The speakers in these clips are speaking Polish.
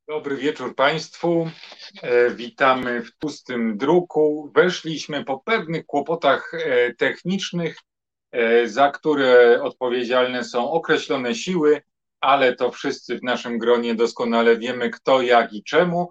Dobry wieczór Państwu. Witamy w pustym druku. Weszliśmy po pewnych kłopotach technicznych, za które odpowiedzialne są określone siły, ale to wszyscy w naszym gronie doskonale wiemy, kto, jak i czemu.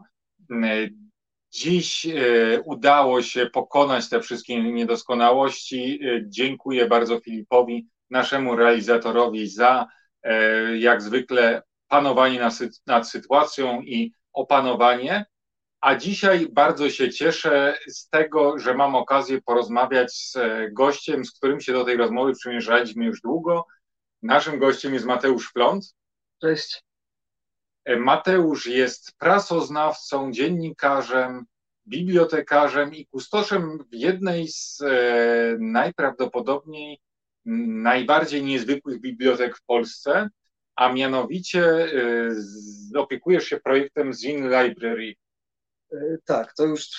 Dziś udało się pokonać te wszystkie niedoskonałości. Dziękuję bardzo Filipowi, naszemu realizatorowi, za jak zwykle panowanie nad sytuacją i opanowanie. A dzisiaj bardzo się cieszę z tego, że mam okazję porozmawiać z gościem, z którym się do tej rozmowy przymierzaliśmy już długo. Naszym gościem jest Mateusz Fląd. Cześć. Mateusz jest prasoznawcą, dziennikarzem, bibliotekarzem i kustoszem w jednej z najprawdopodobniej najbardziej niezwykłych bibliotek w Polsce, a mianowicie opiekujesz się projektem Zin Library. Tak,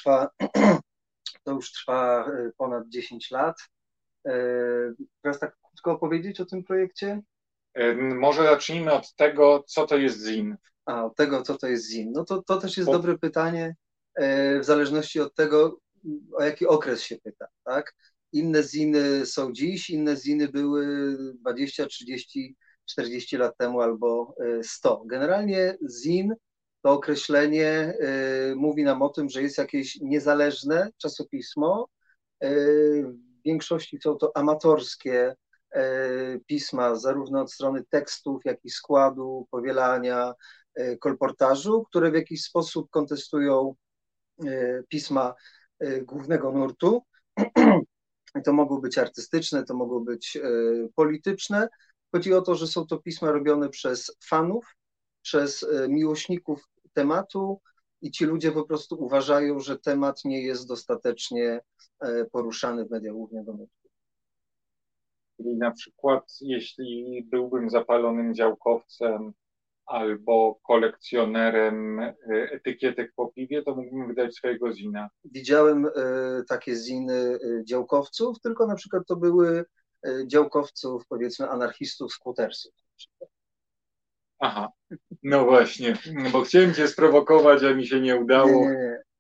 to już trwa ponad 10 lat. Teraz tak krótko opowiedzieć o tym projekcie? Może zacznijmy od tego, co to jest Zin. Od tego, co to jest Zin. No to też jest dobre pytanie, w zależności od tego, o jaki okres się pyta, tak? Inne ziny są dziś, inne ziny były 20, 30, 40 lat temu albo 100. Generalnie zin to określenie mówi nam o tym, że jest jakieś niezależne czasopismo. W większości są to amatorskie pisma, zarówno od strony tekstów, jak i składu, powielania, kolportażu, które w jakiś sposób kontestują pisma głównego nurtu. To mogą być artystyczne, to mogą być polityczne. Chodzi o to, że są to pisma robione przez fanów, przez miłośników tematu i ci ludzie po prostu uważają, że temat nie jest dostatecznie poruszany w mediach głównego nurtu. Czyli na przykład, jeśli byłbym zapalonym działkowcem albo kolekcjonerem etykietek po piwie, to mógłbym wydać swojego zina. Widziałem takie ziny działkowców, tylko na przykład to były działkowców, powiedzmy, anarchistów, skutersów. Aha, no właśnie, bo chciałem cię sprowokować, a mi się nie udało,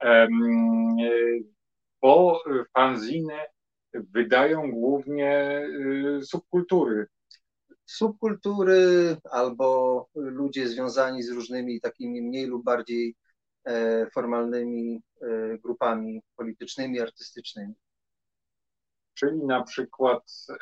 bo fanziny wydają głównie subkultury. Subkultury albo ludzie związani z różnymi takimi mniej lub bardziej formalnymi grupami politycznymi, artystycznymi. Czyli na przykład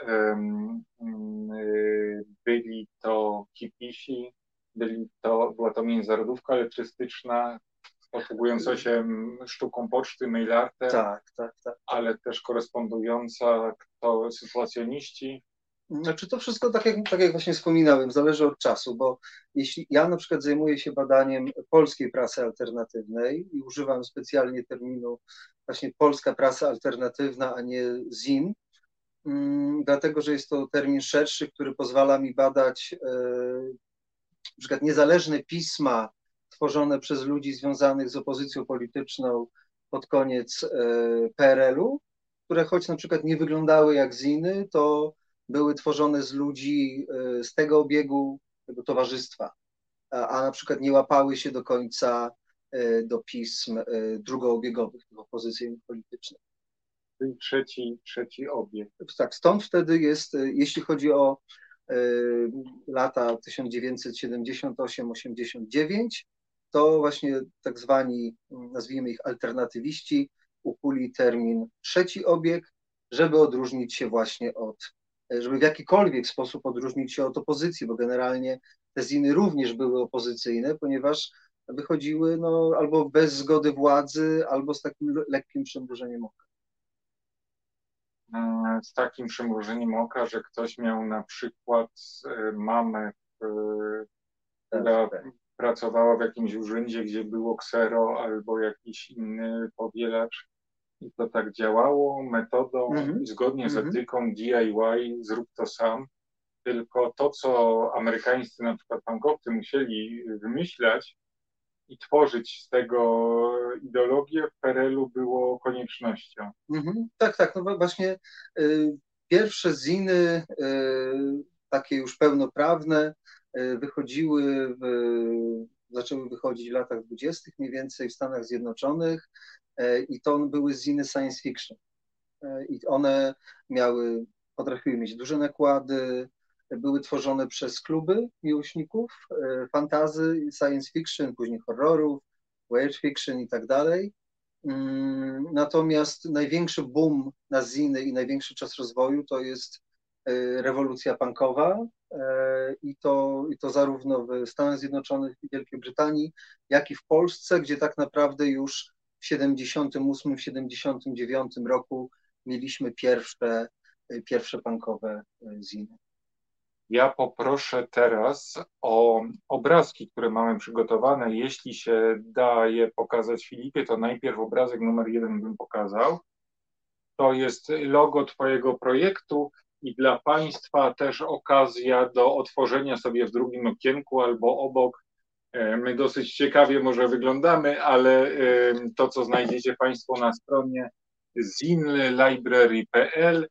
byli to hipisi, była to międzynarodówka elektrystyczna, posługująca się sztuką poczty, mailartem, tak. ale też korespondująca to sytuacjoniści. Znaczy to wszystko, tak jak właśnie wspominałem, zależy od czasu, bo jeśli ja na przykład zajmuję się badaniem polskiej prasy alternatywnej i używam specjalnie terminu właśnie polska prasa alternatywna, a nie ZIN, dlatego że jest to termin szerszy, który pozwala mi badać na przykład niezależne pisma tworzone przez ludzi związanych z opozycją polityczną pod koniec PRL-u, które choć na przykład nie wyglądały jak ziny, to były tworzone z ludzi z tego obiegu, tego towarzystwa, a na przykład nie łapały się do końca do pism drugoobiegowych, tych opozycyjnych politycznych. Czyli trzeci obieg. Tak, stąd wtedy jest, jeśli chodzi o lata 1978-89, to właśnie tak zwani, nazwijmy ich alternatywiści, ukuli termin trzeci obieg, żeby odróżnić się właśnie żeby w jakikolwiek sposób odróżnić się od opozycji, bo generalnie te ziny również były opozycyjne, ponieważ wychodziły albo bez zgody władzy, albo z takim lekkim przymrużeniem oka. Z takim przymrużeniem oka, że ktoś miał na przykład mamę, która pracowała w jakimś urzędzie, gdzie było ksero albo jakiś inny powielacz i to tak działało metodą zgodnie z etyką DIY, zrób to sam, tylko to, co amerykańscy na przykład bankowcy musieli wymyślać i tworzyć z tego ideologię, w PRL-u było koniecznością. Tak, no właśnie pierwsze ziny takie już pełnoprawne wychodziły w zaczęły wychodzić w latach 20. mniej więcej w Stanach Zjednoczonych i to były ziny science fiction. I one potrafiły mieć duże nakłady, były tworzone przez kluby miłośników fantasy, science fiction, później horrorów, weird fiction i tak dalej. Natomiast największy boom na ziny i największy czas rozwoju to jest rewolucja punkowa i to zarówno w Stanach Zjednoczonych i Wielkiej Brytanii, jak i w Polsce, gdzie tak naprawdę już w 78, w 79 roku mieliśmy pierwsze punkowe ziny. Ja poproszę teraz o obrazki, które mamy przygotowane. Jeśli się da je pokazać Filipie, to najpierw obrazek numer 1 bym pokazał. To jest logo Twojego projektu i dla Państwa też okazja do otworzenia sobie w drugim okienku albo obok. My dosyć ciekawie może wyglądamy, ale to, co znajdziecie Państwo na stronie zinlibrary.pl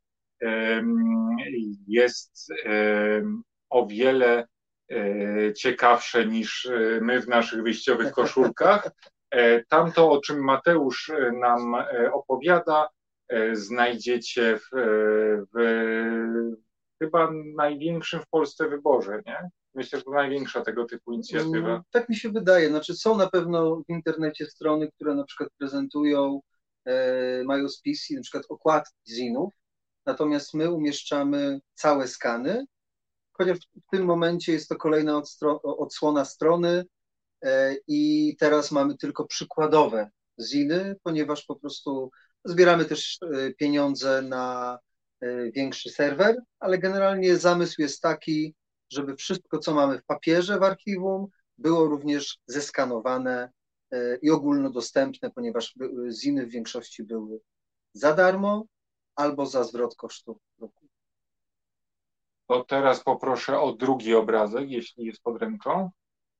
jest o wiele ciekawsze niż my w naszych wyjściowych koszulkach. Tamto, o czym Mateusz nam opowiada, znajdziecie w chyba największym w Polsce wyborze, nie? Myślę, że to największa tego typu inicjatywa. Tak mi się wydaje. Znaczy są na pewno w internecie strony, które na przykład prezentują, mają spisy, na przykład okładki zinów, natomiast my umieszczamy całe skany, chociaż w tym momencie jest to kolejna odsłona strony i teraz mamy tylko przykładowe ziny, ponieważ po prostu zbieramy też pieniądze na większy serwer, ale generalnie zamysł jest taki, żeby wszystko, co mamy w papierze w archiwum, było również zeskanowane i ogólnodostępne, ponieważ ziny w większości były za darmo albo za zwrot kosztu druku. To teraz poproszę o drugi obrazek, jeśli jest pod ręką.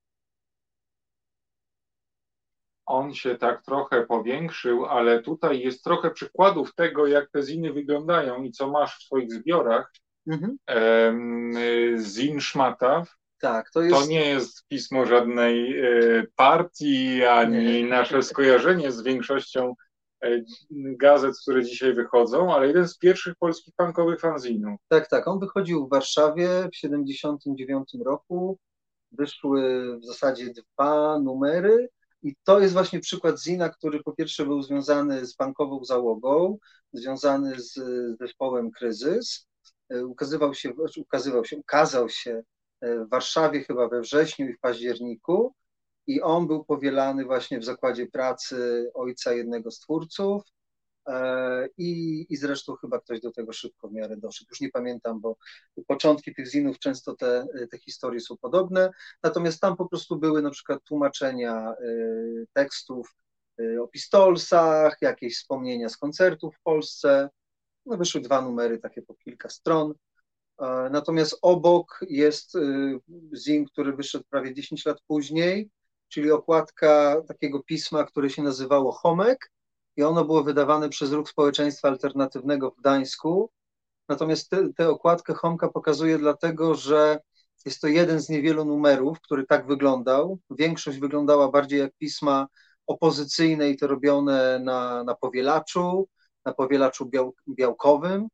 On się tak trochę powiększył, ale tutaj jest trochę przykładów tego, jak te ziny wyglądają i co masz w swoich zbiorach. Zin Szmata. Tak, to nie jest pismo żadnej partii, ani nasze skojarzenie z większością gazet, które dzisiaj wychodzą, ale jeden z pierwszych polskich punkowych fanzinów. Tak. On wychodził w Warszawie w 1979 roku. Wyszły w zasadzie 2 numery i to jest właśnie przykład zina, który po pierwsze był związany z punkową załogą, związany z zespołem Kryzys. Ukazał się w Warszawie chyba we wrześniu i w październiku i on był powielany właśnie w zakładzie pracy ojca jednego z twórców i zresztą chyba ktoś do tego szybko w miarę doszedł. Już nie pamiętam, bo początki tych zinów często te historie są podobne, natomiast tam po prostu były na przykład tłumaczenia tekstów o Pistolsach, jakieś wspomnienia z koncertów w Polsce. No wyszły 2 numery, takie po kilka stron. Natomiast obok jest zin, który wyszedł prawie 10 lat później, czyli okładka takiego pisma, które się nazywało Homek i ono było wydawane przez Ruch Społeczeństwa Alternatywnego w Gdańsku. Natomiast tę okładkę Homka pokazuję dlatego, że jest to jeden z niewielu numerów, który tak wyglądał. Większość wyglądała bardziej jak pisma opozycyjne i to robione na powielaczu białkowym.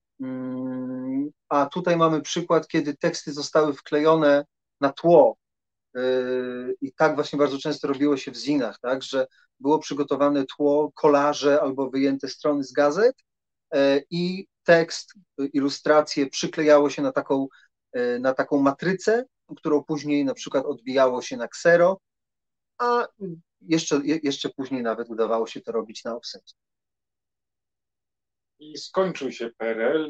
A tutaj mamy przykład, kiedy teksty zostały wklejone na tło i tak właśnie bardzo często robiło się w zinach, tak, że było przygotowane tło, kolaże albo wyjęte strony z gazet i tekst, ilustracje przyklejało się na taką matrycę, którą później na przykład odbijało się na ksero, a jeszcze później nawet udawało się to robić na offset. I skończył się PRL,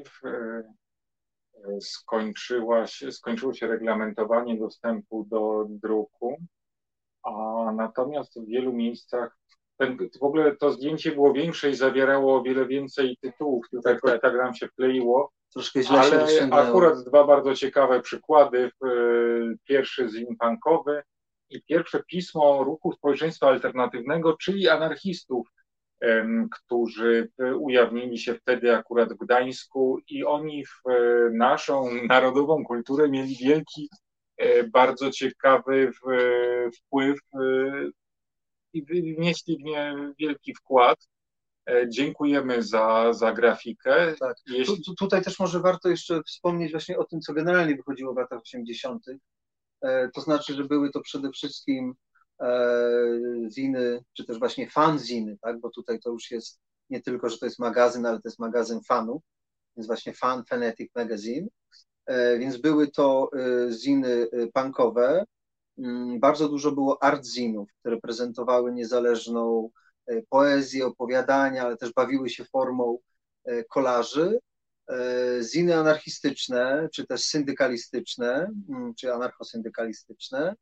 skończyło się reglamentowanie dostępu do druku, a natomiast w wielu miejscach w ogóle to zdjęcie było większe i zawierało o wiele więcej tytułów, tylko tak nam się wkleiło. Troszkę źle ale się rozciągnęło. Akurat 2 bardzo ciekawe przykłady. Pierwszy zin punkowy i pierwsze pismo Ruchu Społeczeństwa Alternatywnego, czyli anarchistów, którzy ujawnili się wtedy akurat w Gdańsku i oni w naszą narodową kulturę mieli wielki bardzo ciekawy wpływ i wnieśli w nie wielki wkład. Dziękujemy za grafikę. Tak. Tutaj też może warto jeszcze wspomnieć właśnie o tym, co generalnie wychodziło w latach 80. To znaczy, że były to przede wszystkim ziny, czy też właśnie fanziny, tak? Bo tutaj to już jest nie tylko, że to jest magazyn, ale to jest magazyn fanów, więc właśnie Fan Fanatic Magazine. Więc były to ziny punkowe. Bardzo dużo było artzinów, które prezentowały niezależną poezję, opowiadania, ale też bawiły się formą kolaży. Ziny anarchistyczne, czy też syndykalistyczne, czy anarchosyndykalistyczne.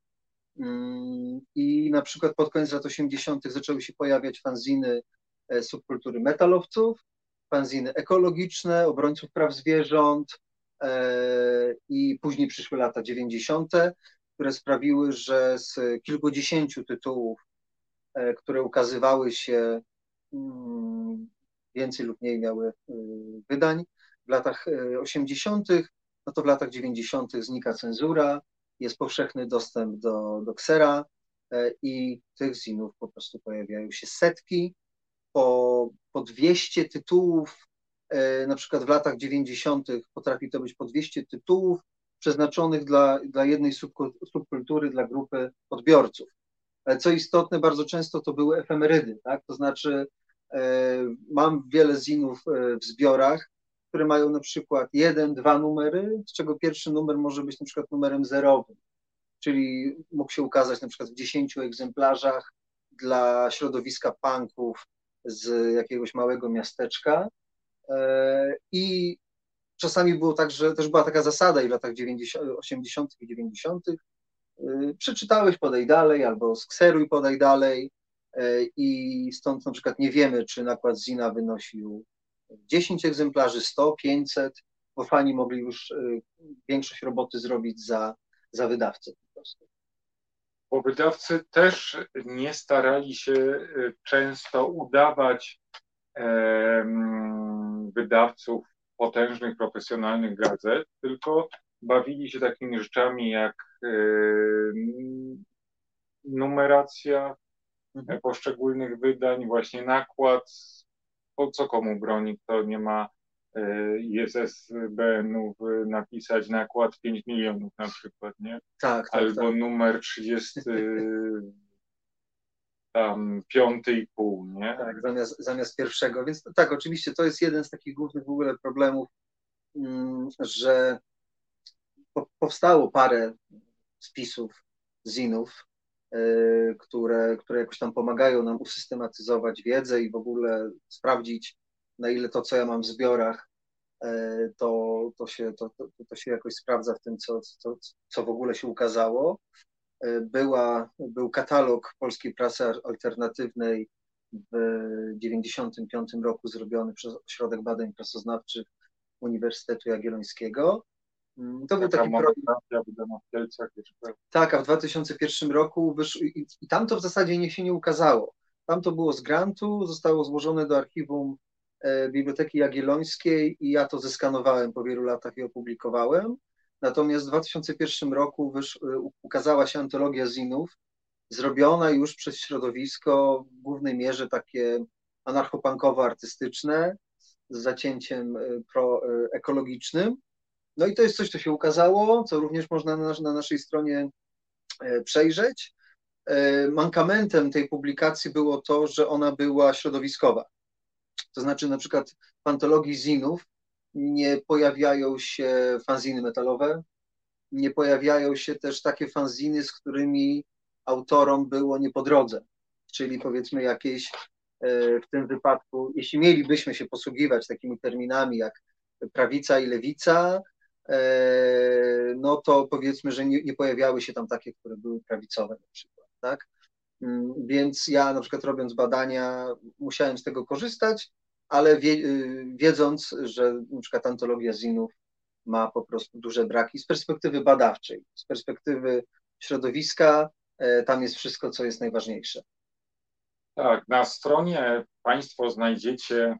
I na przykład pod koniec lat 80. zaczęły się pojawiać fanziny subkultury metalowców, fanziny ekologiczne, obrońców praw zwierząt i później przyszły lata 90., które sprawiły, że z kilkudziesięciu tytułów, które ukazywały się, więcej lub mniej miały wydań w latach 80., no to w latach 90. znika cenzura, jest powszechny dostęp do ksera i tych zinów po prostu pojawiają się setki, po 200 tytułów, na przykład w latach 90. potrafi to być po 200 tytułów przeznaczonych dla jednej subkultury, dla grupy odbiorców. Ale co istotne, bardzo często to były efemerydy, tak? To znaczy mam wiele zinów w zbiorach, które mają na przykład 1, 2 numery, z czego pierwszy numer może być na przykład numerem zerowym, czyli mógł się ukazać na przykład w 10 egzemplarzach dla środowiska punków z jakiegoś małego miasteczka. I czasami było tak, że też była taka zasada i w latach 80. i 90. Przeczytałeś, podaj dalej, albo skseruj, podaj dalej. I stąd na przykład nie wiemy, czy nakład zina wynosił 10 egzemplarzy, 100, 500, bo fani mogli już większość roboty zrobić za wydawcę po prostu. Bo wydawcy też nie starali się często udawać wydawców potężnych, profesjonalnych gazet, tylko bawili się takimi rzeczami jak numeracja poszczególnych wydań, właśnie nakład, po co komu broni, kto nie ma ISSBN-ów napisać nakład 5 milionów na przykład, nie? Tak, Albo tak. numer 30 tam 5,5, nie? Tak, zamiast pierwszego. Więc tak, oczywiście to jest jeden z takich głównych w ogóle problemów, że powstało parę spisów zinów, które jakoś tam pomagają nam usystematyzować wiedzę i w ogóle sprawdzić, na ile to, co ja mam w zbiorach, to się jakoś sprawdza w tym, co w ogóle się ukazało. Był katalog polskiej prasy alternatywnej w 1995 roku zrobiony przez Ośrodek Badań Prasoznawczych Uniwersytetu Jagiellońskiego. To był taki projekt. Tak, a w 2001 roku i tam to w zasadzie się nie ukazało. Tam to było z grantu, zostało złożone do archiwum Biblioteki Jagiellońskiej i ja to zeskanowałem po wielu latach i opublikowałem. Natomiast w 2001 roku ukazała się antologia zinów, zrobiona już przez środowisko w głównej mierze takie anarchopunkowo-artystyczne z zacięciem proekologicznym. No i to jest coś, co się ukazało, co również można na naszej stronie przejrzeć. Mankamentem tej publikacji było to, że ona była środowiskowa. To znaczy na przykład w antologii zinów nie pojawiają się fanziny metalowe, nie pojawiają się też takie fanziny, z którymi autorom było nie po drodze, czyli powiedzmy jakieś w tym wypadku, jeśli mielibyśmy się posługiwać takimi terminami jak prawica i lewica, no to powiedzmy, że nie pojawiały się tam takie, które były prawicowe na przykład, tak? Więc ja na przykład robiąc badania musiałem z tego korzystać, ale wiedząc, że na przykład antologia zinów ma po prostu duże braki z perspektywy badawczej, z perspektywy środowiska, tam jest wszystko, co jest najważniejsze. Tak, na stronie Państwo znajdziecie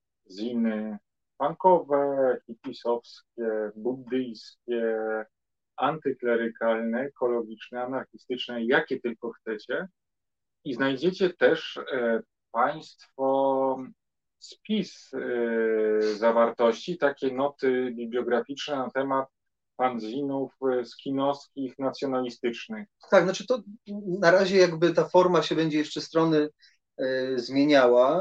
ziny punkowe, hipisowskie, buddyjskie, antyklerykalne, ekologiczne, anarchistyczne, jakie tylko chcecie. I znajdziecie też Państwo spis zawartości, takie noty bibliograficzne na temat fanzinów skinowskich, nacjonalistycznych. Tak, znaczy to na razie jakby ta forma się będzie jeszcze strony zmieniała.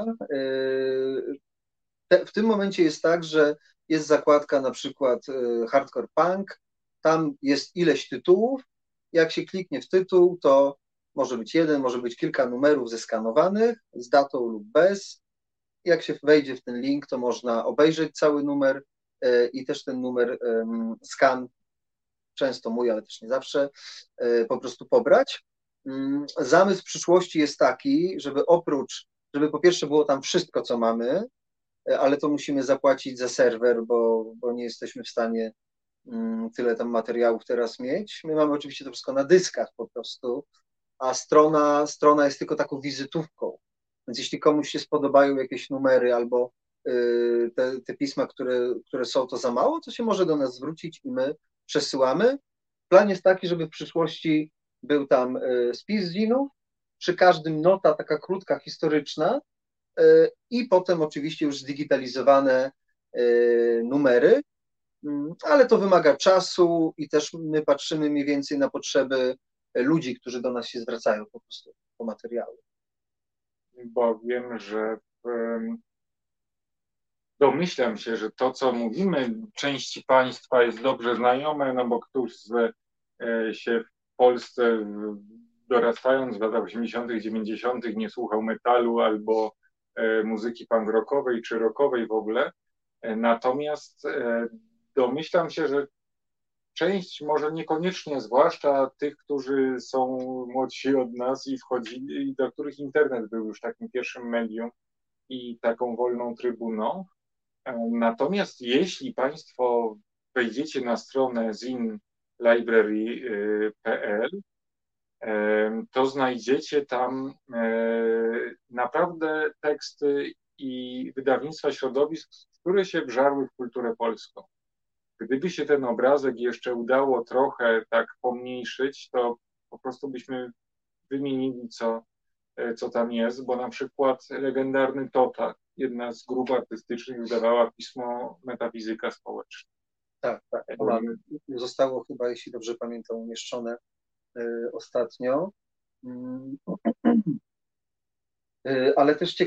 W tym momencie jest tak, że jest zakładka na przykład Hardcore Punk, tam jest ileś tytułów, jak się kliknie w tytuł, to może być jeden, może być kilka numerów zeskanowanych z datą lub bez. Jak się wejdzie w ten link, to można obejrzeć cały numer i też ten numer skan, często mój, ale też nie zawsze, po prostu pobrać. Zamysł w przyszłości jest taki, żeby po pierwsze było tam wszystko, co mamy, ale to musimy zapłacić za serwer, bo nie jesteśmy w stanie tyle tam materiałów teraz mieć. My mamy oczywiście to wszystko na dyskach po prostu, a strona jest tylko taką wizytówką. Więc jeśli komuś się spodobają jakieś numery albo te pisma, które są, to za mało, to się może do nas zwrócić i my przesyłamy. Plan jest taki, żeby w przyszłości był tam spis zinów, przy każdym nota taka krótka, historyczna i potem oczywiście już zdigitalizowane numery, ale to wymaga czasu i też my patrzymy mniej więcej na potrzeby ludzi, którzy do nas się zwracają po prostu po materiały. Bo wiem, że domyślam się, że to, co mówimy, części Państwa jest dobrze znajome, no bo któż się w Polsce dorastając w latach 80., 90. nie słuchał metalu albo muzyki punk rockowej czy rockowej w ogóle. Natomiast domyślam się, że część, może niekoniecznie, zwłaszcza tych, którzy są młodsi od nas i wchodzili, dla których internet był już takim pierwszym medium i taką wolną trybuną. Natomiast jeśli Państwo wejdziecie na stronę zinlibrary.pl, to znajdziecie tam naprawdę teksty i wydawnictwa środowisk, które się wżarły w kulturę polską. Gdyby się ten obrazek jeszcze udało trochę tak pomniejszyć, to po prostu byśmy wymienili, co tam jest, bo na przykład legendarny Tota, jedna z grup artystycznych, wydawała pismo Metafizyka Społeczna. Tak. Zostało chyba, jeśli dobrze pamiętam, umieszczone ostatnio. Ale też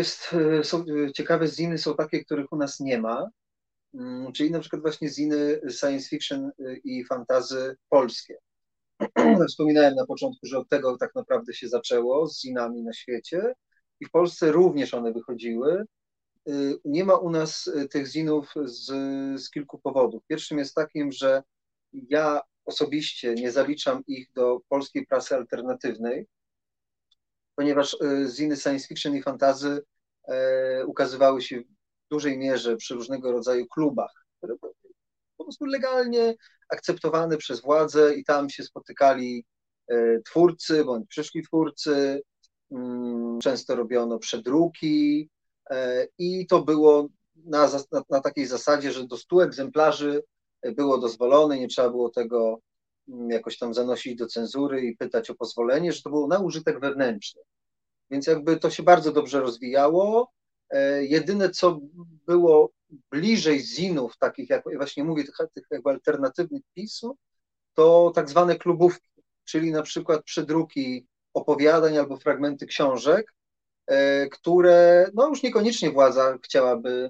ciekawe ziny są takie, których u nas nie ma, czyli na przykład właśnie ziny science fiction i fantasy polskie. Wspominałem na początku, że od tego tak naprawdę się zaczęło z zinami na świecie i w Polsce również one wychodziły. Nie ma u nas tych zinów z kilku powodów. Pierwszym jest takim, że ja osobiście nie zaliczam ich do polskiej prasy alternatywnej, ponieważ ziny science fiction i fantasy ukazywały się w dużej mierze przy różnego rodzaju klubach, które były po prostu legalnie akceptowane przez władze i tam się spotykali twórcy bądź przyszli twórcy, często robiono przedruki i to było na takiej zasadzie, że do 100 egzemplarzy było dozwolone, nie trzeba było tego jakoś tam zanosić do cenzury i pytać o pozwolenie, że to było na użytek wewnętrzny. Więc jakby to się bardzo dobrze rozwijało. Jedyne, co było bliżej zinów, takich jak właśnie mówię, tych jakby alternatywnych pism, to tak zwane klubówki, czyli na przykład przedruki opowiadań albo fragmenty książek, które no już niekoniecznie władza chciałaby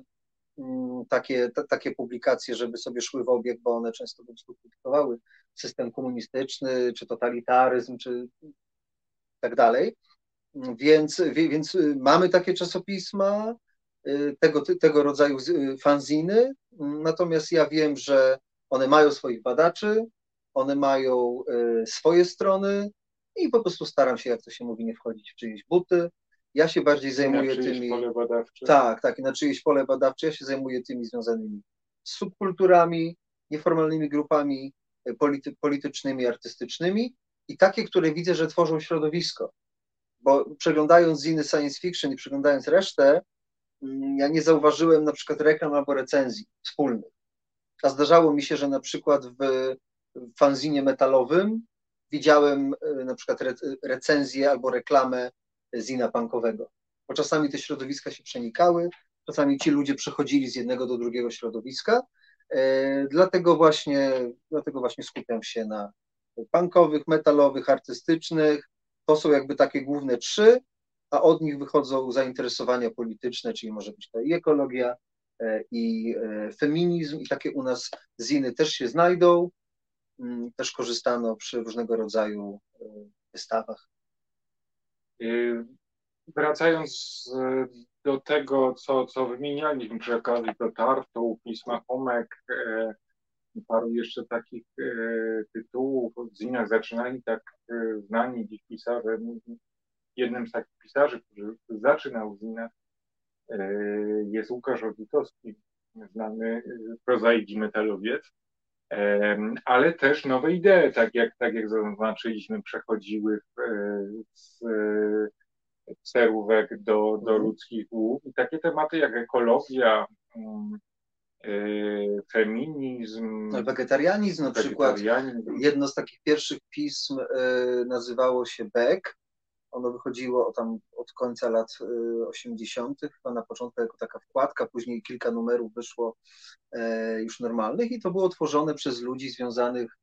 takie publikacje, żeby sobie szły w obieg, bo one często krytykowały system komunistyczny, czy totalitaryzm, czy tak dalej. Więc mamy takie czasopisma, tego rodzaju fanziny, natomiast ja wiem, że one mają swoich badaczy, one mają swoje strony i po prostu staram się, jak to się mówi, nie wchodzić w czyjeś buty. Ja się bardziej zajmuję tymi... pole badawcze. Tak, na czyjeś pole badawcze. Ja się zajmuję tymi związanymi z subkulturami, nieformalnymi grupami politycznymi, artystycznymi i takie, które widzę, że tworzą środowisko. Bo przeglądając ziny science fiction i przeglądając resztę, ja nie zauważyłem na przykład reklam albo recenzji wspólnych. A zdarzało mi się, że na przykład w w fanzinie metalowym widziałem na przykład recenzję albo reklamę zina punkowego. Bo czasami te środowiska się przenikały, czasami ci ludzie przechodzili z jednego do drugiego środowiska. Dlatego właśnie skupiam się na punkowych, metalowych, artystycznych. To są jakby takie główne trzy, a od nich wychodzą zainteresowania polityczne, czyli może być to i ekologia, i feminizm, i takie u nas ziny też się znajdą. Też korzystano przy różnego rodzaju wystawach. Wracając do tego, co wymienialiśmy przy okazji do Tartu, Pisma Homek, paru jeszcze takich tytułów. W zinach zaczynali tak znani dziś pisarze. Jednym z takich pisarzy, który zaczynał w zinach, jest Łukasz Orlikowski, znany prozaik i metalowiec, ale też nowe idee, tak jak zaznaczyliśmy, przechodziły z cerówek do ludzkich głów. I takie tematy jak ekologia, feminizm, wegetarianizm na przykład. Jedno z takich pierwszych pism nazywało się Beck. Ono wychodziło od końca lat 80., a na początku jako taka wkładka, później kilka numerów wyszło już normalnych i to było tworzone przez ludzi związanych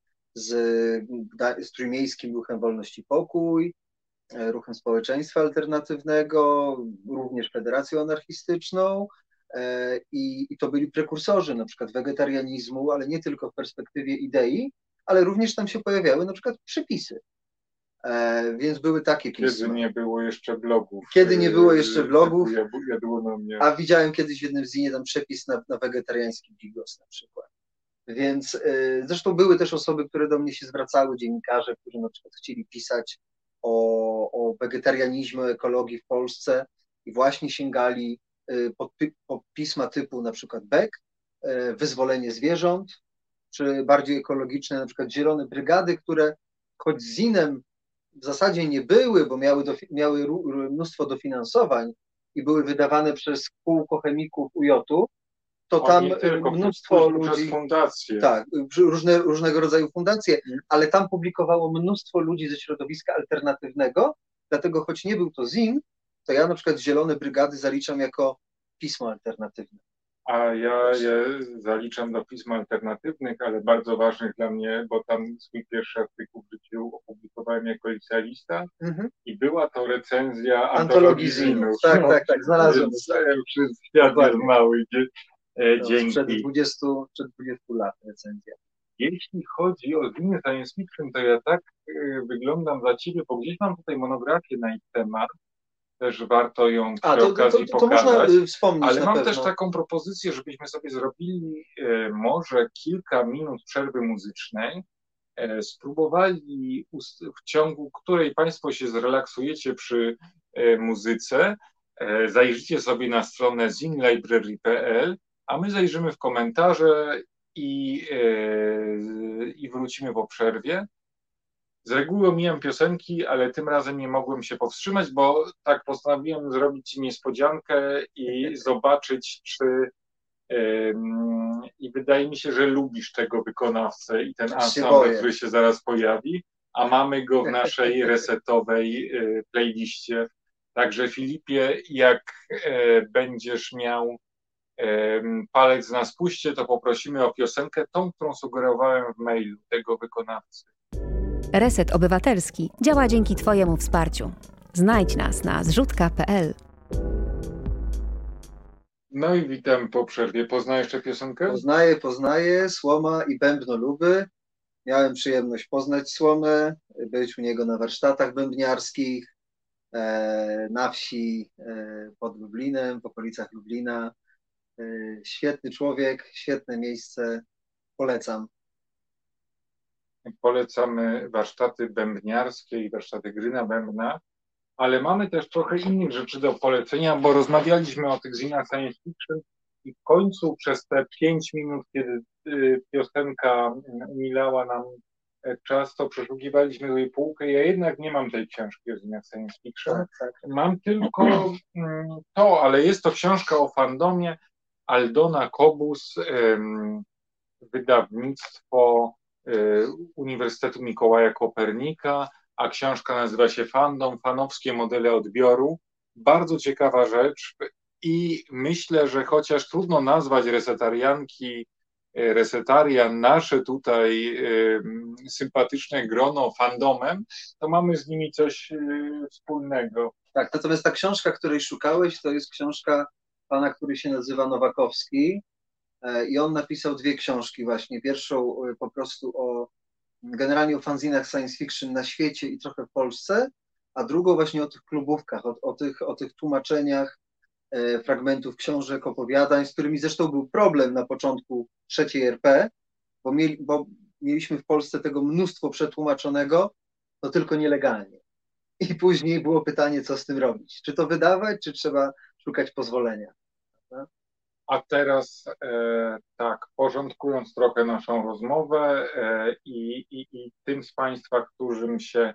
z trójmiejskim Ruchem Wolność i Pokój, Ruchem Społeczeństwa Alternatywnego, również Federacją Anarchistyczną i to byli prekursorzy na przykład wegetarianizmu, ale nie tylko w perspektywie idei, ale również tam się pojawiały na przykład przepisy. Więc były takie pisma. Kiedy nie było jeszcze blogów. Kiedy nie było jeszcze blogów, jadłonomię. a widziałem kiedyś w jednym zinie tam przepis na wegetariański bigos na przykład. Więc zresztą były też osoby, które do mnie się zwracały, dziennikarze, którzy na przykład chcieli pisać o wegetarianizmie, ekologii w Polsce i właśnie sięgali po pisma typu na przykład Beck, Wyzwolenie zwierząt, czy bardziej ekologiczne, na przykład Zielone Brygady, które choć zinem w zasadzie nie były, bo miały mnóstwo dofinansowań i były wydawane przez kółko chemików UJ-u, to tam mnóstwo ludzi, fundacje. Tak, różnego rodzaju fundacje, ale tam publikowało mnóstwo ludzi ze środowiska alternatywnego, dlatego choć nie był to zin, to ja na przykład Zielone Brygady zaliczam jako pismo alternatywne. A ja je zaliczam do pism alternatywnych, ale bardzo ważnych dla mnie, bo tam swój pierwszy artykuł w życiu opublikowałem jako licealista i była to recenzja antologii zinów. Tak, znalazłem. Przez świat jest mały. Dzięki. Przed 20 lat recenzja. Jeśli chodzi o ziny science fiction, to ja tak wyglądam za ciebie, bo gdzieś mam tutaj monografię na ich temat. Też warto ją przy okazji pokazać. To można wspomnieć. Ale mam też taką propozycję, żebyśmy sobie zrobili może kilka minut przerwy muzycznej, spróbowali w ciągu której Państwo się zrelaksujecie przy muzyce, zajrzycie sobie na stronę zinlibrary.pl, a my zajrzymy w komentarze i wrócimy po przerwie. Z reguły omijam piosenki, ale tym razem nie mogłem się powstrzymać, bo tak postanowiłem zrobić Ci niespodziankę i zobaczyć, czy i wydaje mi się, że lubisz tego wykonawcę i ten ensemble, który się zaraz pojawi, a mamy go w naszej resetowej playliście. Także Filipie, jak będziesz miał palec na spuście, to poprosimy o piosenkę, tą, którą sugerowałem w mailu tego wykonawcy. Reset Obywatelski działa dzięki Twojemu wsparciu. Znajdź nas na zrzutka.pl. No i witam po przerwie. Poznajesz tę piosenkę? Poznaję. Słoma i Bębnoluby. Miałem przyjemność poznać Słomę, być u niego na warsztatach bębniarskich, na wsi pod Lublinem, w okolicach Lublina. Świetny człowiek, świetne miejsce. Polecam. Polecamy warsztaty bębniarskie i warsztaty gry na bębnach, ale mamy też trochę innych rzeczy do polecenia, bo rozmawialiśmy o tych zinach science fiction i w końcu przez te 5 minut, kiedy piosenka umilała nam czas, to przeszukiwaliśmy sobie półkę. Ja jednak nie mam tej książki o zinach science fiction. Mam tylko to, ale jest to książka o fandomie Aldona Kobus, wydawnictwo Uniwersytetu Mikołaja Kopernika, a książka nazywa się Fandom, fanowskie modele odbioru. Bardzo ciekawa rzecz i myślę, że chociaż trudno nazwać resetarian nasze tutaj sympatyczne grono fandomem, to mamy z nimi coś wspólnego. Tak, natomiast ta książka, której szukałeś, to jest książka pana, który się nazywa Nowakowski i on napisał 2 książki właśnie. Pierwszą po prostu generalnie o fanzinach science fiction na świecie i trochę w Polsce, a drugą właśnie o tych klubówkach, o tych tłumaczeniach fragmentów książek, opowiadań, z którymi zresztą był problem na początku III RP, bo mieliśmy w Polsce tego mnóstwo przetłumaczonego, no tylko nielegalnie. I później było pytanie, co z tym robić. Czy to wydawać, czy trzeba szukać pozwolenia. A teraz tak, porządkując trochę naszą rozmowę i tym z Państwa, którym się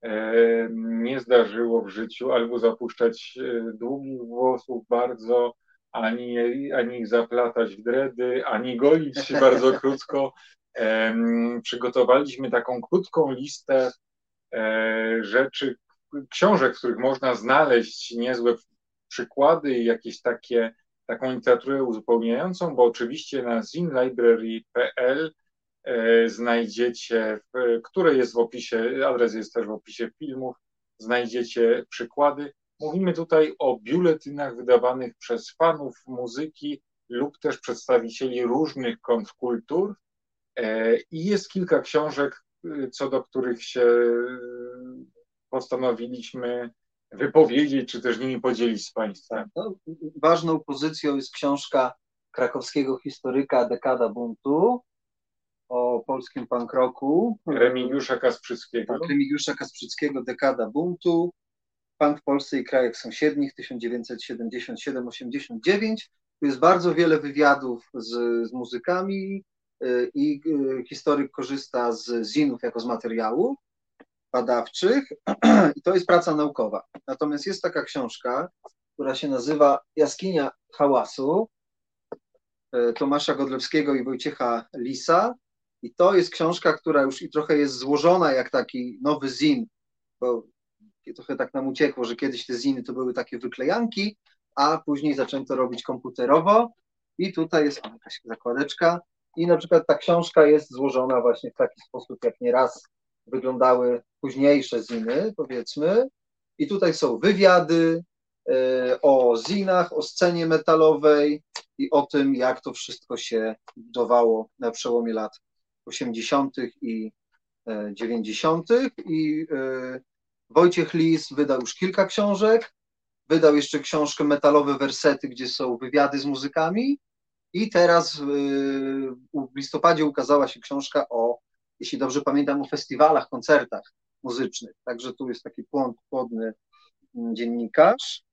nie zdarzyło w życiu albo zapuszczać długich włosów bardzo, ani ich zaplatać w dredy, ani golić się bardzo krótko, przygotowaliśmy taką krótką listę rzeczy, książek, w których można znaleźć niezłe przykłady i jakieś taką literaturę uzupełniającą, bo oczywiście na zinlibrary.pl znajdziecie, które jest w opisie, adres jest też w opisie filmów, znajdziecie przykłady. Mówimy tutaj o biuletynach wydawanych przez fanów muzyki lub też przedstawicieli różnych kontrkultur i jest kilka książek, co do których się postanowiliśmy wypowiedzieć, czy też nimi podzielić z Państwem. No, ważną pozycją jest książka krakowskiego historyka Dekada buntu o polskim punk rocku. Remigiusza Kasprzyckiego. Tak, Remigiusza Kasprzyckiego, Dekada buntu. Punk w Polsce i krajach sąsiednich, 1977-89. Tu jest bardzo wiele wywiadów z muzykami i historyk korzysta z zinów jako z materiałów badawczych i to jest praca naukowa. Natomiast jest taka książka, która się nazywa Jaskinia hałasu Tomasza Godlewskiego i Wojciecha Lisa i to jest książka, która już i trochę jest złożona jak taki nowy zin, bo trochę tak nam uciekło, że kiedyś te ziny to były takie wyklejanki, a później zaczęto robić komputerowo i tutaj jest jakaś zakładeczka i na przykład ta książka jest złożona właśnie w taki sposób, jak nieraz wyglądały późniejsze ziny, powiedzmy. I tutaj są wywiady o zinach, o scenie metalowej i o tym, jak to wszystko się budowało na przełomie lat 80. i 90. I Wojciech Lis wydał już kilka książek, wydał jeszcze książkę Metalowe Wersety, gdzie są wywiady z muzykami i teraz w listopadzie ukazała się książka jeśli dobrze pamiętam, o festiwalach, koncertach muzycznych. Także tu jest taki płodny dziennikarz.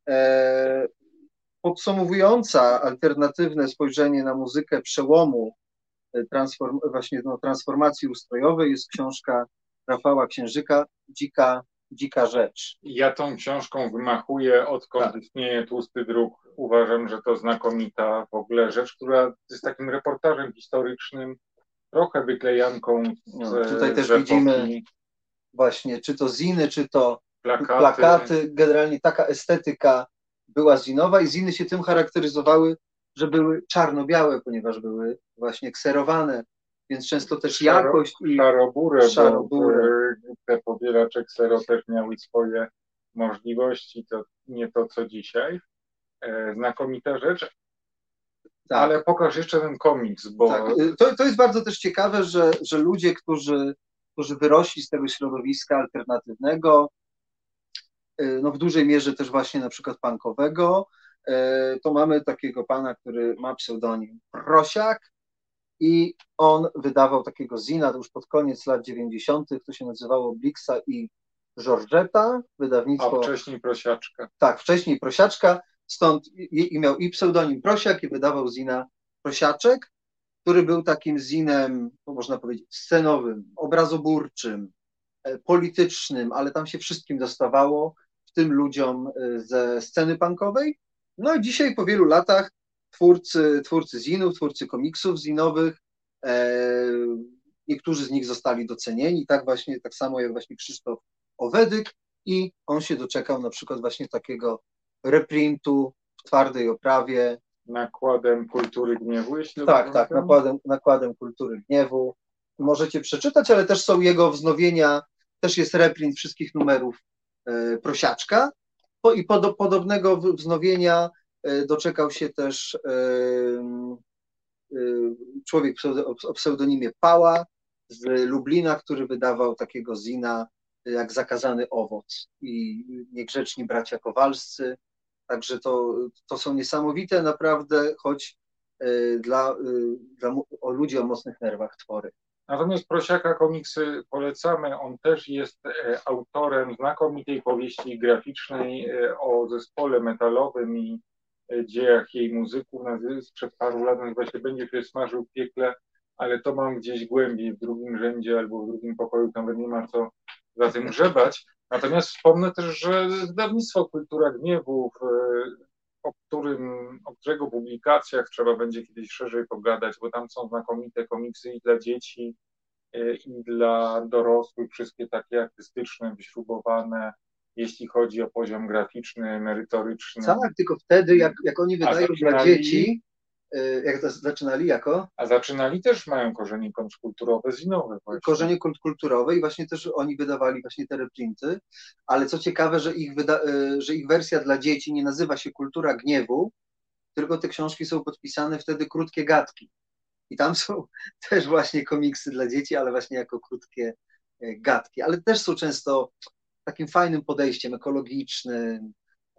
Podsumowująca alternatywne spojrzenie na muzykę przełomu transformacji ustrojowej jest książka Rafała Księżyka Dzika rzecz. Ja tą książką wymachuję, odkąd istnieje Tłusty Druk. Uważam, że to znakomita w ogóle rzecz, która jest takim reportażem historycznym, trochę wyklejanką. Tutaj też widzimy właśnie, czy to ziny, czy to plakaty. Generalnie taka estetyka była zinowa i ziny się tym charakteryzowały, że były czarno-białe, ponieważ były właśnie kserowane, więc często też jakość i szaroburę. Te powielacze ksero też miały swoje możliwości, to nie to co dzisiaj. Znakomita rzecz. Tak. Ale pokaż jeszcze ten komiks, bo... Tak. To jest bardzo też ciekawe, że ludzie, którzy wyrośli z tego środowiska alternatywnego, no w dużej mierze też właśnie na przykład punkowego, to mamy takiego pana, który ma pseudonim Prosiak i on wydawał takiego zina, to już pod koniec lat 90., to się nazywało Blixa i Georgetta, wydawnictwo... A wcześniej Prosiaczka. Tak, wcześniej Prosiaczka, stąd miał i pseudonim Prosiak i wydawał zina Prosiaczek, który był takim zinem, można powiedzieć, scenowym, obrazoburczym, politycznym, ale tam się wszystkim dostawało, w tym ludziom ze sceny punkowej. No i dzisiaj po wielu latach twórcy zinów, twórcy komiksów zinowych, niektórzy z nich zostali docenieni, tak samo jak właśnie Krzysztof Owedyk, i on się doczekał na przykład właśnie takiego reprintu w twardej oprawie. Nakładem Kultury Gniewu, jeśli Tak, nakładem Kultury Gniewu. Możecie przeczytać, ale też są jego wznowienia, też jest reprint wszystkich numerów Prosiaczka, i podobnego wznowienia doczekał się też człowiek o pseudonimie Pała z Lublina, który wydawał takiego zina jak Zakazany Owoc i Niegrzeczni Bracia Kowalscy. Także to są niesamowite naprawdę, choć dla ludzi o mocnych nerwach twory. Natomiast Prosiaka komiksy polecamy. On też jest autorem znakomitej powieści graficznej o zespole metalowym i dziejach jej muzyków. Sprzed paru lat nazywa się Będzie się smażył w piekle, ale to mam gdzieś głębiej, w drugim rzędzie albo w drugim pokoju, nawet nie ma co za tym grzebać. Natomiast wspomnę też, że wydawnictwo Kultura Gniewu, o którego publikacjach trzeba będzie kiedyś szerzej pogadać, bo tam są znakomite komiksy i dla dzieci, i dla dorosłych, wszystkie takie artystyczne, wyśrubowane, jeśli chodzi o poziom graficzny, merytoryczny. Tak, tylko wtedy, jak oni wydają dla dzieci, jak to zaczynali jako? A zaczynali też, mają korzenie kontrkulturowe, zinowe. Właśnie. Korzenie kontrkulturowe i właśnie też oni wydawali właśnie te reprinty, ale co ciekawe, że ich wersja dla dzieci nie nazywa się Kultura Gniewu, tylko te książki są podpisane wtedy Krótkie Gadki. I tam są też właśnie komiksy dla dzieci, ale właśnie jako krótkie gadki, ale też są często takim fajnym podejściem ekologicznym,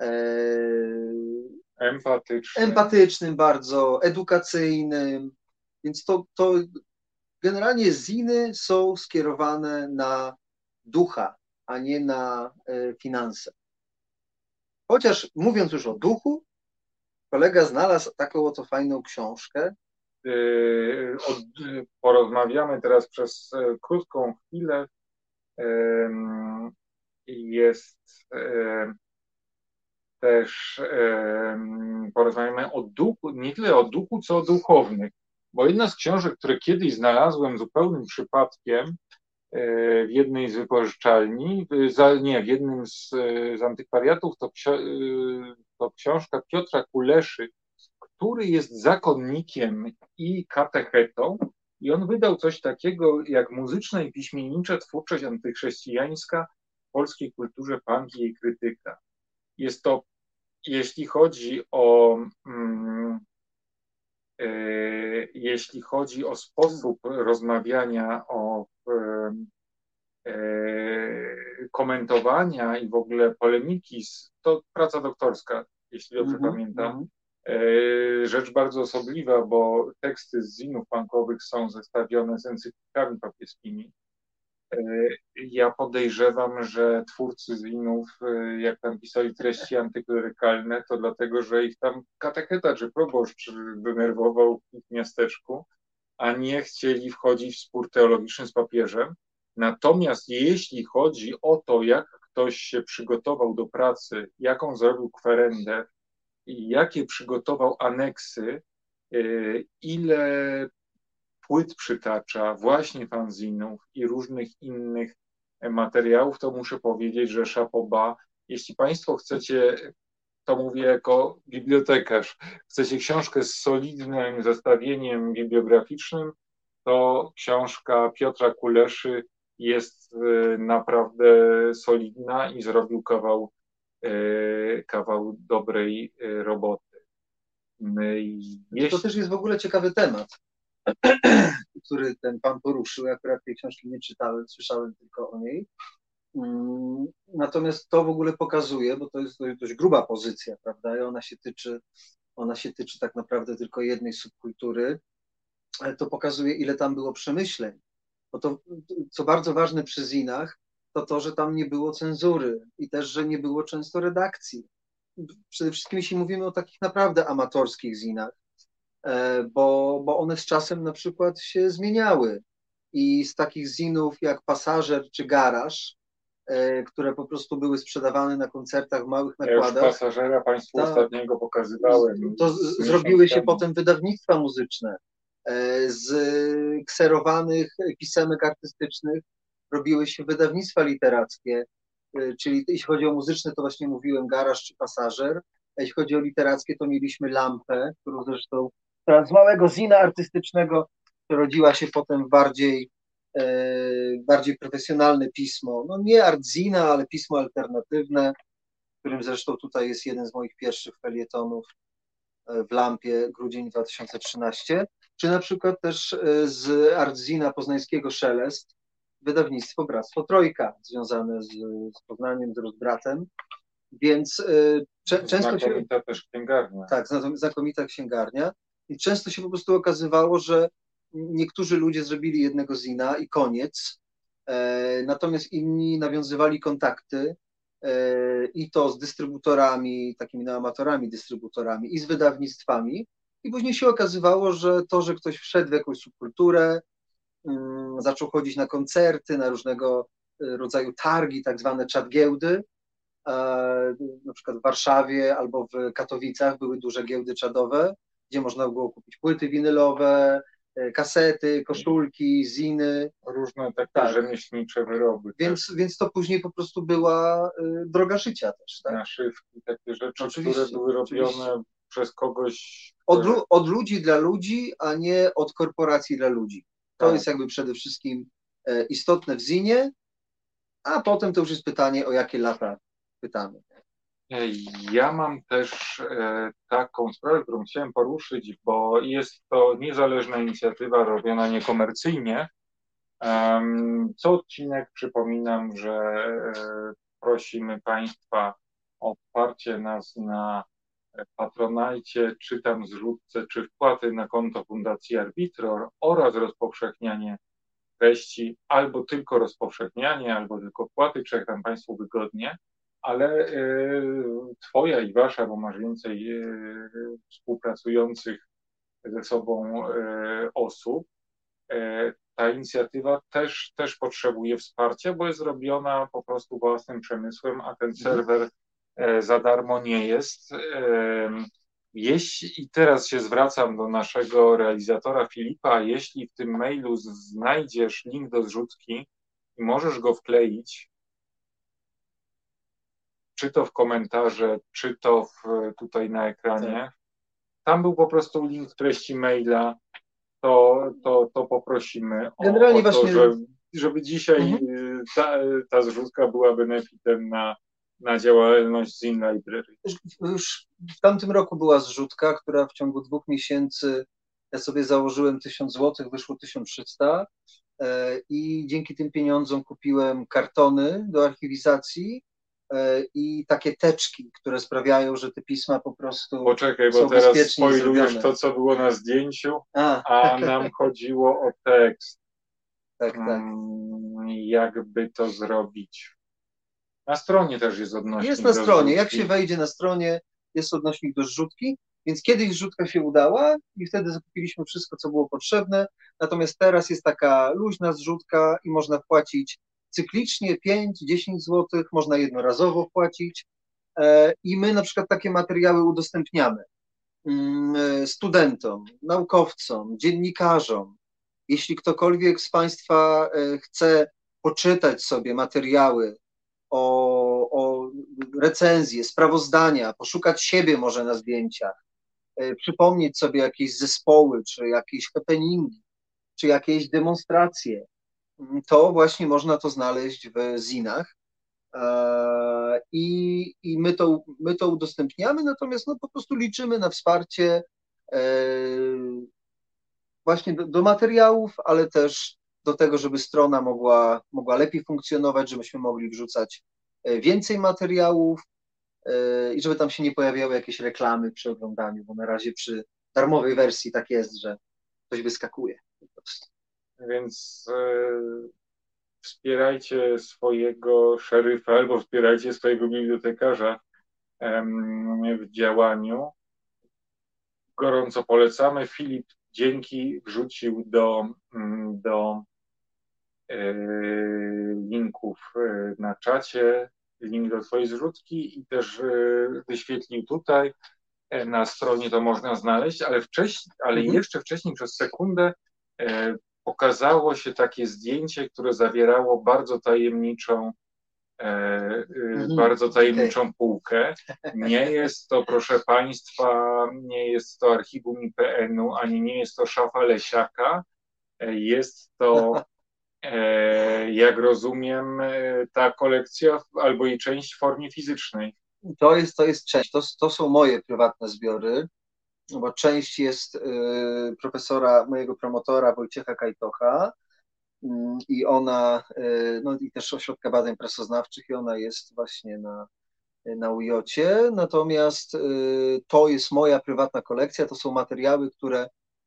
empatycznym bardzo, edukacyjnym, więc to generalnie ziny są skierowane na ducha, a nie na finanse. Chociaż mówiąc już o duchu, kolega znalazł taką oto fajną książkę. Porozmawiamy teraz przez krótką chwilę. Jest też, porozmawiamy o duchu, nie tyle o duchu, co o duchownych, bo jedna z książek, które kiedyś znalazłem zupełnym przypadkiem w jednej z wypożyczalni, w jednym z antykwariatów, to książka Piotra Kuleszy, który jest zakonnikiem i katechetą, i on wydał coś takiego jak Muzyczna i piśmiennicza twórczość antychrześcijańska w polskiej kulturze punk i jej krytyka. Jest to, jeśli chodzi o sposób rozmawiania, o komentowania i w ogóle polemiki, to praca doktorska, jeśli dobrze pamiętam. Rzecz bardzo osobliwa, bo teksty z zinów punkowych są zestawione z encyklikami papieskimi. Ja podejrzewam, że twórcy zinów, jak tam pisali treści antyklerykalne, to dlatego, że ich tam katecheta czy proboszcz denerwował w ich miasteczku, a nie chcieli wchodzić w spór teologiczny z papieżem. Natomiast jeśli chodzi o to, jak ktoś się przygotował do pracy, jaką zrobił kwerendę i jakie przygotował aneksy, ile płyt przytacza, właśnie fanzinów i różnych innych materiałów, to muszę powiedzieć, że chapeau bas. Jeśli Państwo chcecie, to mówię jako bibliotekarz, chcecie książkę z solidnym zestawieniem bibliograficznym, to książka Piotra Kuleszy jest naprawdę solidna i zrobił kawał dobrej roboty. To też jest w ogóle ciekawy temat, który ten pan poruszył. Ja akurat tej książki nie czytałem, słyszałem tylko o niej. Natomiast to w ogóle pokazuje, bo to jest dość gruba pozycja, prawda? I ona się tyczy tak naprawdę tylko jednej subkultury, ale to pokazuje, ile tam było przemyśleń. Bo to, co bardzo ważne przy zinach, to, że tam nie było cenzury i też, że nie było często redakcji. Przede wszystkim jeśli mówimy o takich naprawdę amatorskich zinach, bo one z czasem na przykład się zmieniały. I z takich zinów jak Pasażer czy Garaż, które po prostu były sprzedawane na koncertach w małych nakładach. Ja już Pasażera Państwu ostatniego pokazywałem. To zrobiły się potem wydawnictwa muzyczne. Z kserowanych pisemek artystycznych robiły się wydawnictwa literackie, czyli jeśli chodzi o muzyczne, to właśnie mówiłem Garaż czy Pasażer, a jeśli chodzi o literackie, to mieliśmy Lampę, którą zresztą z małego zina artystycznego rodziła się potem bardziej profesjonalne pismo, no nie artzina, ale pismo alternatywne, w którym zresztą tutaj jest jeden z moich pierwszych felietonów w Lampie, grudzień 2013, czy na przykład też z artzina poznańskiego Szelest, wydawnictwo Bractwo Trojka, związane z Poznaniem, z Rozbratem, więc często się... Znakomita też księgarnia. Tak, znakomita księgarnia. I często się po prostu okazywało, że niektórzy ludzie zrobili jednego zina i koniec, natomiast inni nawiązywali kontakty i to z dystrybutorami, takimi amatorami dystrybutorami i z wydawnictwami. I później się okazywało, że to, że ktoś wszedł w jakąś subkulturę, zaczął chodzić na koncerty, na różnego rodzaju targi, tak zwane czat-giełdy, na przykład w Warszawie albo w Katowicach były duże giełdy czadowe, gdzie można było kupić płyty winylowe, kasety, koszulki, ziny. Różne takie rzemieślnicze wyroby. Więc to później po prostu była droga życia też. Tak? Naszywki, takie rzeczy, które były robione przez kogoś... Od ludzi dla ludzi, a nie od korporacji dla ludzi. To jest jakby przede wszystkim istotne w zinie, a potem to już jest pytanie, o jakie lata pytamy. Ja mam też taką sprawę, którą chciałem poruszyć, bo jest to niezależna inicjatywa robiona niekomercyjnie. Co odcinek przypominam, że prosimy Państwa o wsparcie nas na Patronajcie, czy tam zrzutce, czy wpłaty na konto Fundacji Arbitror oraz rozpowszechnianie treści, albo tylko rozpowszechnianie, albo tylko wpłaty, czy jak tam Państwu wygodnie, ale Twoja i Wasza, bo masz więcej współpracujących ze sobą osób, ta inicjatywa też potrzebuje wsparcia, bo jest robiona po prostu własnym przemysłem, a ten serwer za darmo nie jest. I teraz się zwracam do naszego realizatora Filipa, jeśli w tym mailu znajdziesz link do zrzutki i możesz go wkleić, czy to w komentarze, czy to tutaj na ekranie, tam był po prostu link w treści maila, to poprosimy o to, żeby dzisiaj ta zrzutka była benefitem na działalność Zine Library. Już w tamtym roku była zrzutka, która w ciągu 2 miesięcy, ja sobie założyłem 1000 zł, wyszło 1300 i dzięki tym pieniądzom kupiłem kartony do archiwizacji i takie teczki, które sprawiają, że te pisma po prostu Poczekaj, bo teraz spoilujesz to, co było na zdjęciu, a nam chodziło o tekst. Tak. Jakby to zrobić? Na stronie też jest odnośnik. Jest na stronie. Jak się wejdzie na stronie, jest odnośnik do zrzutki, więc kiedyś zrzutka się udała i wtedy zakupiliśmy wszystko, co było potrzebne, natomiast teraz jest taka luźna zrzutka i można wpłacić cyklicznie 5-10 zł, można jednorazowo wpłacić i my na przykład takie materiały udostępniamy studentom, naukowcom, dziennikarzom. Jeśli ktokolwiek z Państwa chce poczytać sobie materiały o recenzje, sprawozdania, poszukać siebie może na zdjęciach, przypomnieć sobie jakieś zespoły, czy jakieś happeningi, czy jakieś demonstracje, to właśnie można to znaleźć w zinach i my to udostępniamy, natomiast no, po prostu liczymy na wsparcie właśnie do materiałów, ale też do tego, żeby strona mogła lepiej funkcjonować, żebyśmy mogli wrzucać więcej materiałów i żeby tam się nie pojawiały jakieś reklamy przy oglądaniu, bo na razie przy darmowej wersji tak jest, że coś wyskakuje po prostu. Więc wspierajcie swojego szeryfa albo wspierajcie swojego bibliotekarza w działaniu. Gorąco polecamy. Filip, dzięki, wrzucił do linków na czacie link do twojej zrzutki i też wyświetlił tutaj. na stronie to można znaleźć, ale jeszcze wcześniej przez sekundę pokazało się takie zdjęcie, które zawierało bardzo tajemniczą półkę. Nie jest to, proszę Państwa, nie jest to archiwum IPN-u, ani nie jest to szafa Lesiaka. Jest to, jak rozumiem, ta kolekcja albo jej część w formie fizycznej. To jest część, to są moje prywatne zbiory, bo część jest profesora, mojego promotora Wojciecha Kajtocha i ona, no i też Ośrodka Badań Prasoznawczych i ona jest właśnie na UJ-cie, natomiast to jest moja prywatna kolekcja, to są materiały, które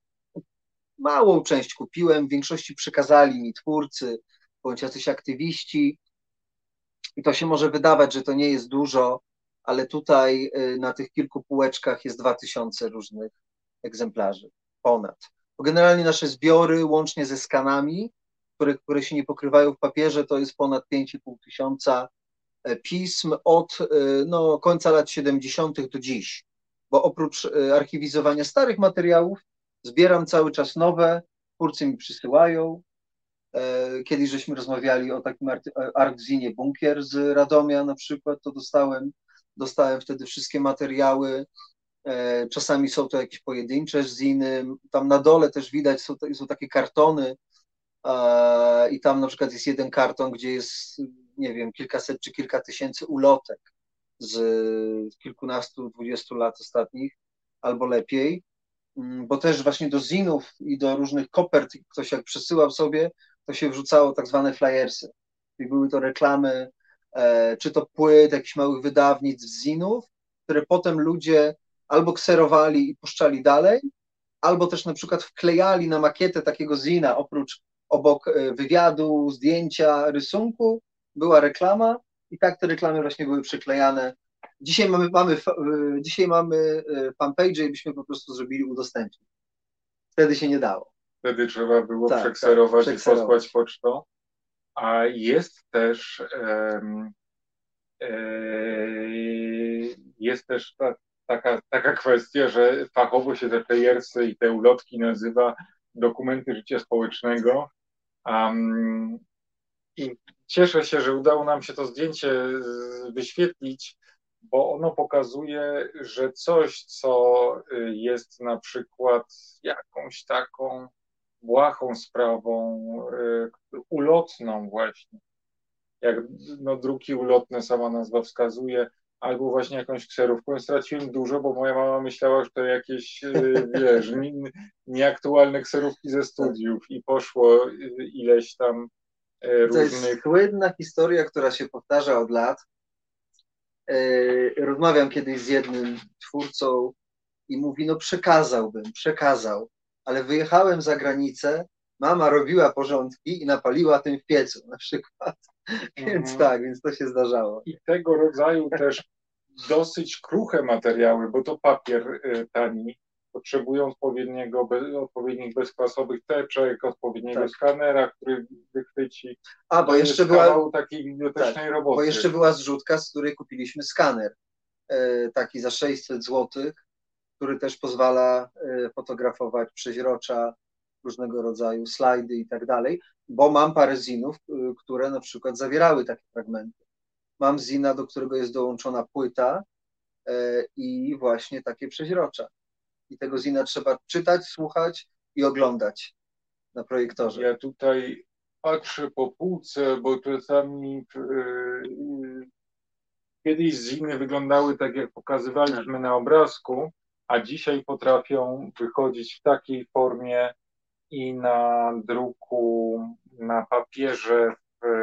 małą część kupiłem, w większości przekazali mi twórcy bądź jacyś aktywiści i to się może wydawać, że to nie jest dużo, ale tutaj na tych kilku półeczkach jest 2000 różnych egzemplarzy, ponad. Bo generalnie nasze zbiory, łącznie ze skanami, które się nie pokrywają w papierze, to jest ponad 5500 pism od końca lat 70. do dziś. Bo oprócz archiwizowania starych materiałów, zbieram cały czas nowe, twórcy mi przysyłają. Kiedyś żeśmy rozmawiali o takim artzinie Bunkier z Radomia na przykład, to dostałem wtedy wszystkie materiały. Czasami są to jakieś pojedyncze ziny. Tam na dole też widać, są takie kartony i tam na przykład jest jeden karton, gdzie jest, nie wiem, kilkaset czy kilka tysięcy ulotek z kilkunastu, 20 lat ostatnich, albo lepiej, bo też właśnie do zinów i do różnych kopert ktoś jak przesyłał sobie, to się wrzucało tak zwane flyersy. I były to reklamy, czy to płyt, jakichś małych wydawnictw, zinów, które potem ludzie albo kserowali i puszczali dalej, albo też na przykład wklejali na makietę takiego zina, obok wywiadu, zdjęcia, rysunku, była reklama i tak te reklamy właśnie były przyklejane. Dzisiaj mamy fanpage i byśmy po prostu zrobili udostępnić. Wtedy się nie dało. Wtedy trzeba było przekserować i posłać pocztą. A jest też taka kwestia, że fachowo się te playersy i te ulotki nazywa dokumenty życia społecznego. I cieszę się, że udało nam się to zdjęcie wyświetlić, bo ono pokazuje, że coś, co jest na przykład jakąś taką błahą sprawą, ulotną właśnie, jak druki ulotne sama nazwa wskazuje, albo właśnie jakąś kserówką. Straciłem dużo, bo moja mama myślała, że to jakieś, wiesz, nieaktualne kserówki ze studiów i poszło ileś tam różnych... To jest słynna historia, która się powtarza od lat. Rozmawiam kiedyś z jednym twórcą i mówi, przekazał, ale wyjechałem za granicę, mama robiła porządki i napaliła tym w piecu na przykład. Więc więc to się zdarzało. I tego rodzaju też dosyć kruche materiały, bo to papier tani, potrzebują odpowiednich bezkwasowych teczek, odpowiedniego skanera, który wychwyci. Bo jeszcze była takiej bibliotecznej roboty. Bo jeszcze była zrzutka, z której kupiliśmy skaner, taki za 600 zł, który też pozwala fotografować przeźrocza, różnego rodzaju slajdy i tak dalej, bo mam parę zinów, które na przykład zawierały takie fragmenty. Mam zina, do którego jest dołączona płyta i właśnie takie przeźrocza. I tego zina trzeba czytać, słuchać i oglądać na projektorze. Ja tutaj patrzę po półce, bo czasami kiedyś ziny wyglądały tak, jak pokazywaliśmy na obrazku, a dzisiaj potrafią wychodzić w takiej formie i na druku, na papierze,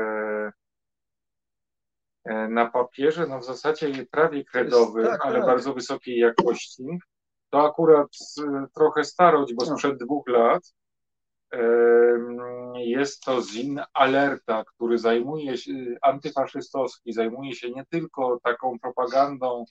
w zasadzie prawie kredowym, ale bardzo wysokiej jakości. To akurat trochę starość, bo sprzed 2 lat. Jest to zin Alerta, który antyfaszystowski, zajmuje się nie tylko taką propagandą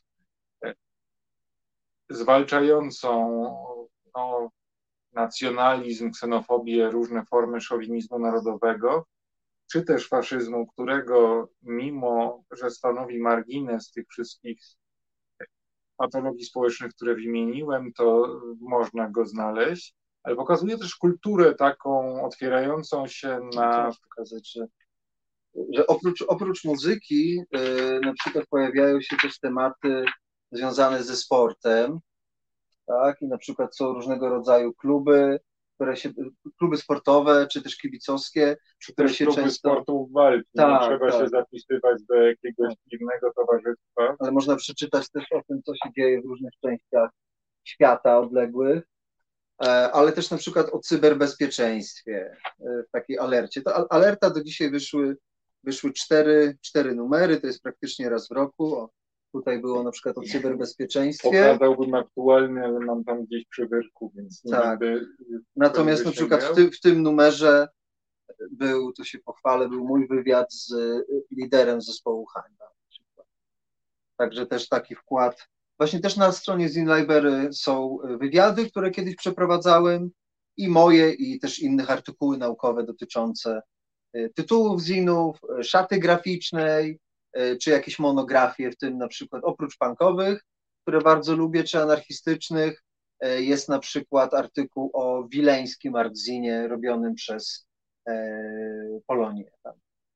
zwalczającą nacjonalizm, ksenofobię, różne formy szowinizmu narodowego, czy też faszyzmu, którego mimo, że stanowi margines tych wszystkich patologii społecznych, które wymieniłem, to można go znaleźć, ale pokazuje też kulturę taką otwierającą się na... pokazać, że oprócz muzyki na przykład pojawiają się też tematy związane ze sportem, tak? I na przykład są różnego rodzaju kluby, kluby sportowe, czy też kibicowskie, które się kluby często... sportów walki, nie trzeba się zapisywać do jakiegoś innego towarzystwa. Ale można przeczytać też o tym, co się dzieje w różnych częściach świata odległych, ale też na przykład o cyberbezpieczeństwie w takiej alercie. To alerta do dzisiaj wyszły cztery numery, to jest praktycznie raz w roku. Tutaj było na przykład o cyberbezpieczeństwie. Pokazałbym aktualny, ale mam tam gdzieś przy wyrku, więc nie będę... Natomiast na przykład w tym numerze to się pochwalę, był mój wywiad z liderem zespołu Hańba. Także też taki wkład. Właśnie też na stronie Zine Library są wywiady, które kiedyś przeprowadzałem, i moje, i też innych artykuły naukowe dotyczące tytułów zinów, szaty graficznej, czy jakieś monografie, w tym na przykład oprócz punkowych, które bardzo lubię, czy anarchistycznych, jest na przykład artykuł o wileńskim artzinie robionym przez Polonię. Tak?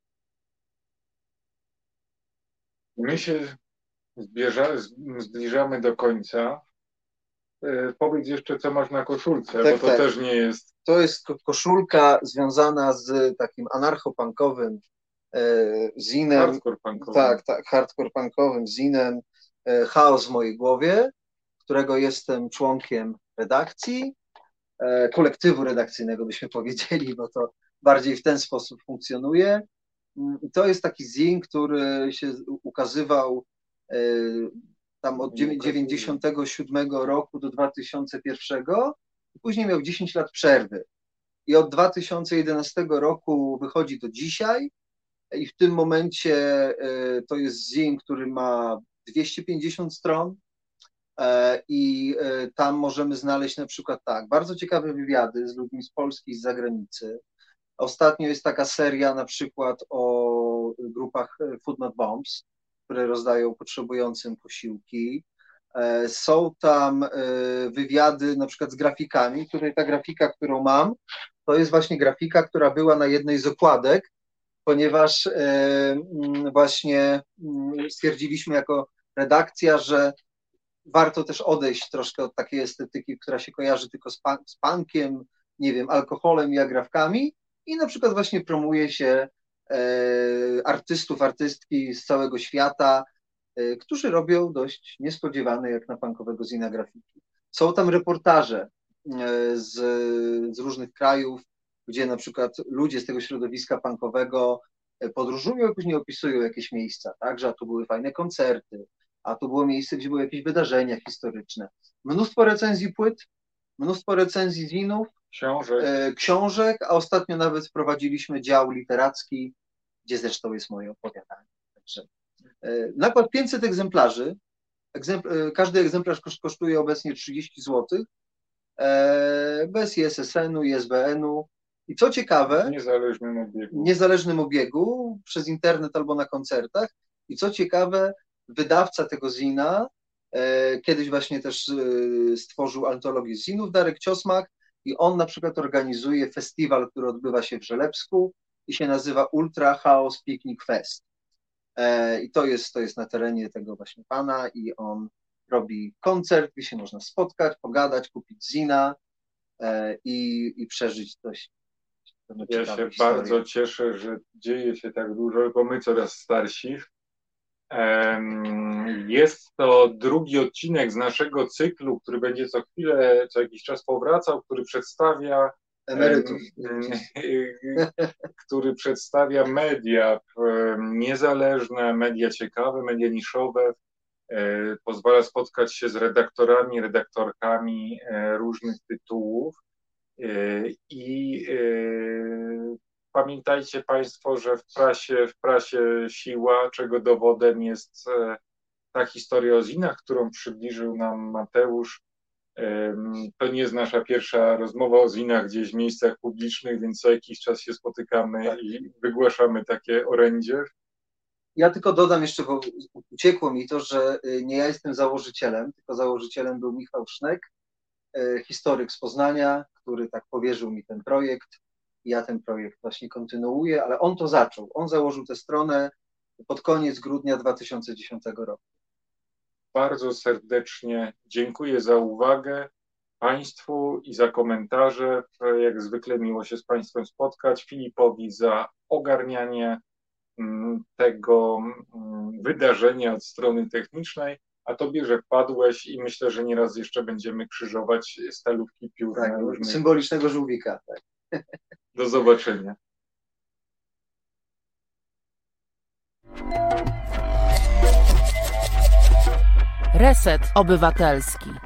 My się zbliżamy do końca. Powiedz jeszcze, co masz na koszulce, bo to też nie jest... To jest koszulka związana z takim anarcho-punkowym zinem. Hardcore punkowym. Tak, hardcore punkowym zinem Chaos w mojej głowie, którego jestem członkiem redakcji, kolektywu redakcyjnego byśmy powiedzieli, bo to bardziej w ten sposób funkcjonuje. To jest taki zin, który się ukazywał tam od 1997 roku do 2001, i później miał 10 lat przerwy. I od 2011 roku wychodzi do dzisiaj, i w tym momencie to jest zin, który ma 250 stron, i tam możemy znaleźć na przykład bardzo ciekawe wywiady z ludźmi z Polski i z zagranicy. Ostatnio jest taka seria na przykład o grupach Food Not Bombs, które rozdają potrzebującym posiłki. Są tam wywiady na przykład z grafikami. Tutaj ta grafika, którą mam, to jest właśnie grafika, która była na jednej z okładek, ponieważ właśnie stwierdziliśmy jako redakcja, że warto też odejść troszkę od takiej estetyki, która się kojarzy tylko z punkiem, nie wiem, alkoholem i agrafkami, i na przykład właśnie promuje się artystów, artystki z całego świata, którzy robią dość niespodziewane jak na punkowego zina grafiki. Są tam reportaże z różnych krajów, gdzie na przykład ludzie z tego środowiska punkowego podróżują i później opisują jakieś miejsca, tak, że tu były fajne koncerty, a tu było miejsce, gdzie były jakieś wydarzenia historyczne. Mnóstwo recenzji płyt, mnóstwo recenzji zinów, książek, a ostatnio nawet wprowadziliśmy dział literacki, gdzie zresztą jest moje opowiadanie. Także nakład 500 egzemplarzy. Każdy egzemplarz kosztuje obecnie 30 zł, bez ISSN-u, ISBN-u. I co ciekawe, w niezależnym obiegu, przez internet albo na koncertach. I co ciekawe, wydawca tego zina kiedyś właśnie też stworzył antologię zinów, Darek Ciosmak, i on na przykład organizuje festiwal, który odbywa się w Żelebsku i się nazywa Ultra Chaos Picnic Fest. I to jest na terenie tego właśnie pana, i on robi koncert, gdzie się można spotkać, pogadać, kupić zina i przeżyć coś. Ja się bardzo cieszę, że dzieje się tak dużo, bo my coraz starsi. Jest to drugi odcinek z naszego cyklu, który będzie co jakiś czas powracał, który przedstawia emerytów, który przedstawia media niezależne, media ciekawe, media niszowe, pozwala spotkać się z redaktorami, redaktorkami różnych tytułów i pamiętajcie Państwo, że w prasie siła, czego dowodem jest ta historia o zinach, którą przybliżył nam Mateusz. To nie jest nasza pierwsza rozmowa o zinach gdzieś w miejscach publicznych, więc co jakiś czas się spotykamy i wygłaszamy takie orędzie. Ja tylko dodam jeszcze, bo uciekło mi to, że nie ja jestem założycielem, tylko założycielem był Michał Sznek, historyk z Poznania, który tak powierzył mi ten projekt. Ja ten projekt właśnie kontynuuję, ale on to zaczął. On założył tę stronę pod koniec grudnia 2010 roku. Bardzo serdecznie dziękuję za uwagę Państwu i za komentarze. Jak zwykle miło się z Państwem spotkać. Filipowi za ogarnianie tego wydarzenia od strony technicznej, a Tobie, że wpadłeś i myślę, że nieraz jeszcze będziemy krzyżować stalówki piór. Tak, symbolicznego żółwika. Tak. Do zobaczenia. Reset Obywatelski.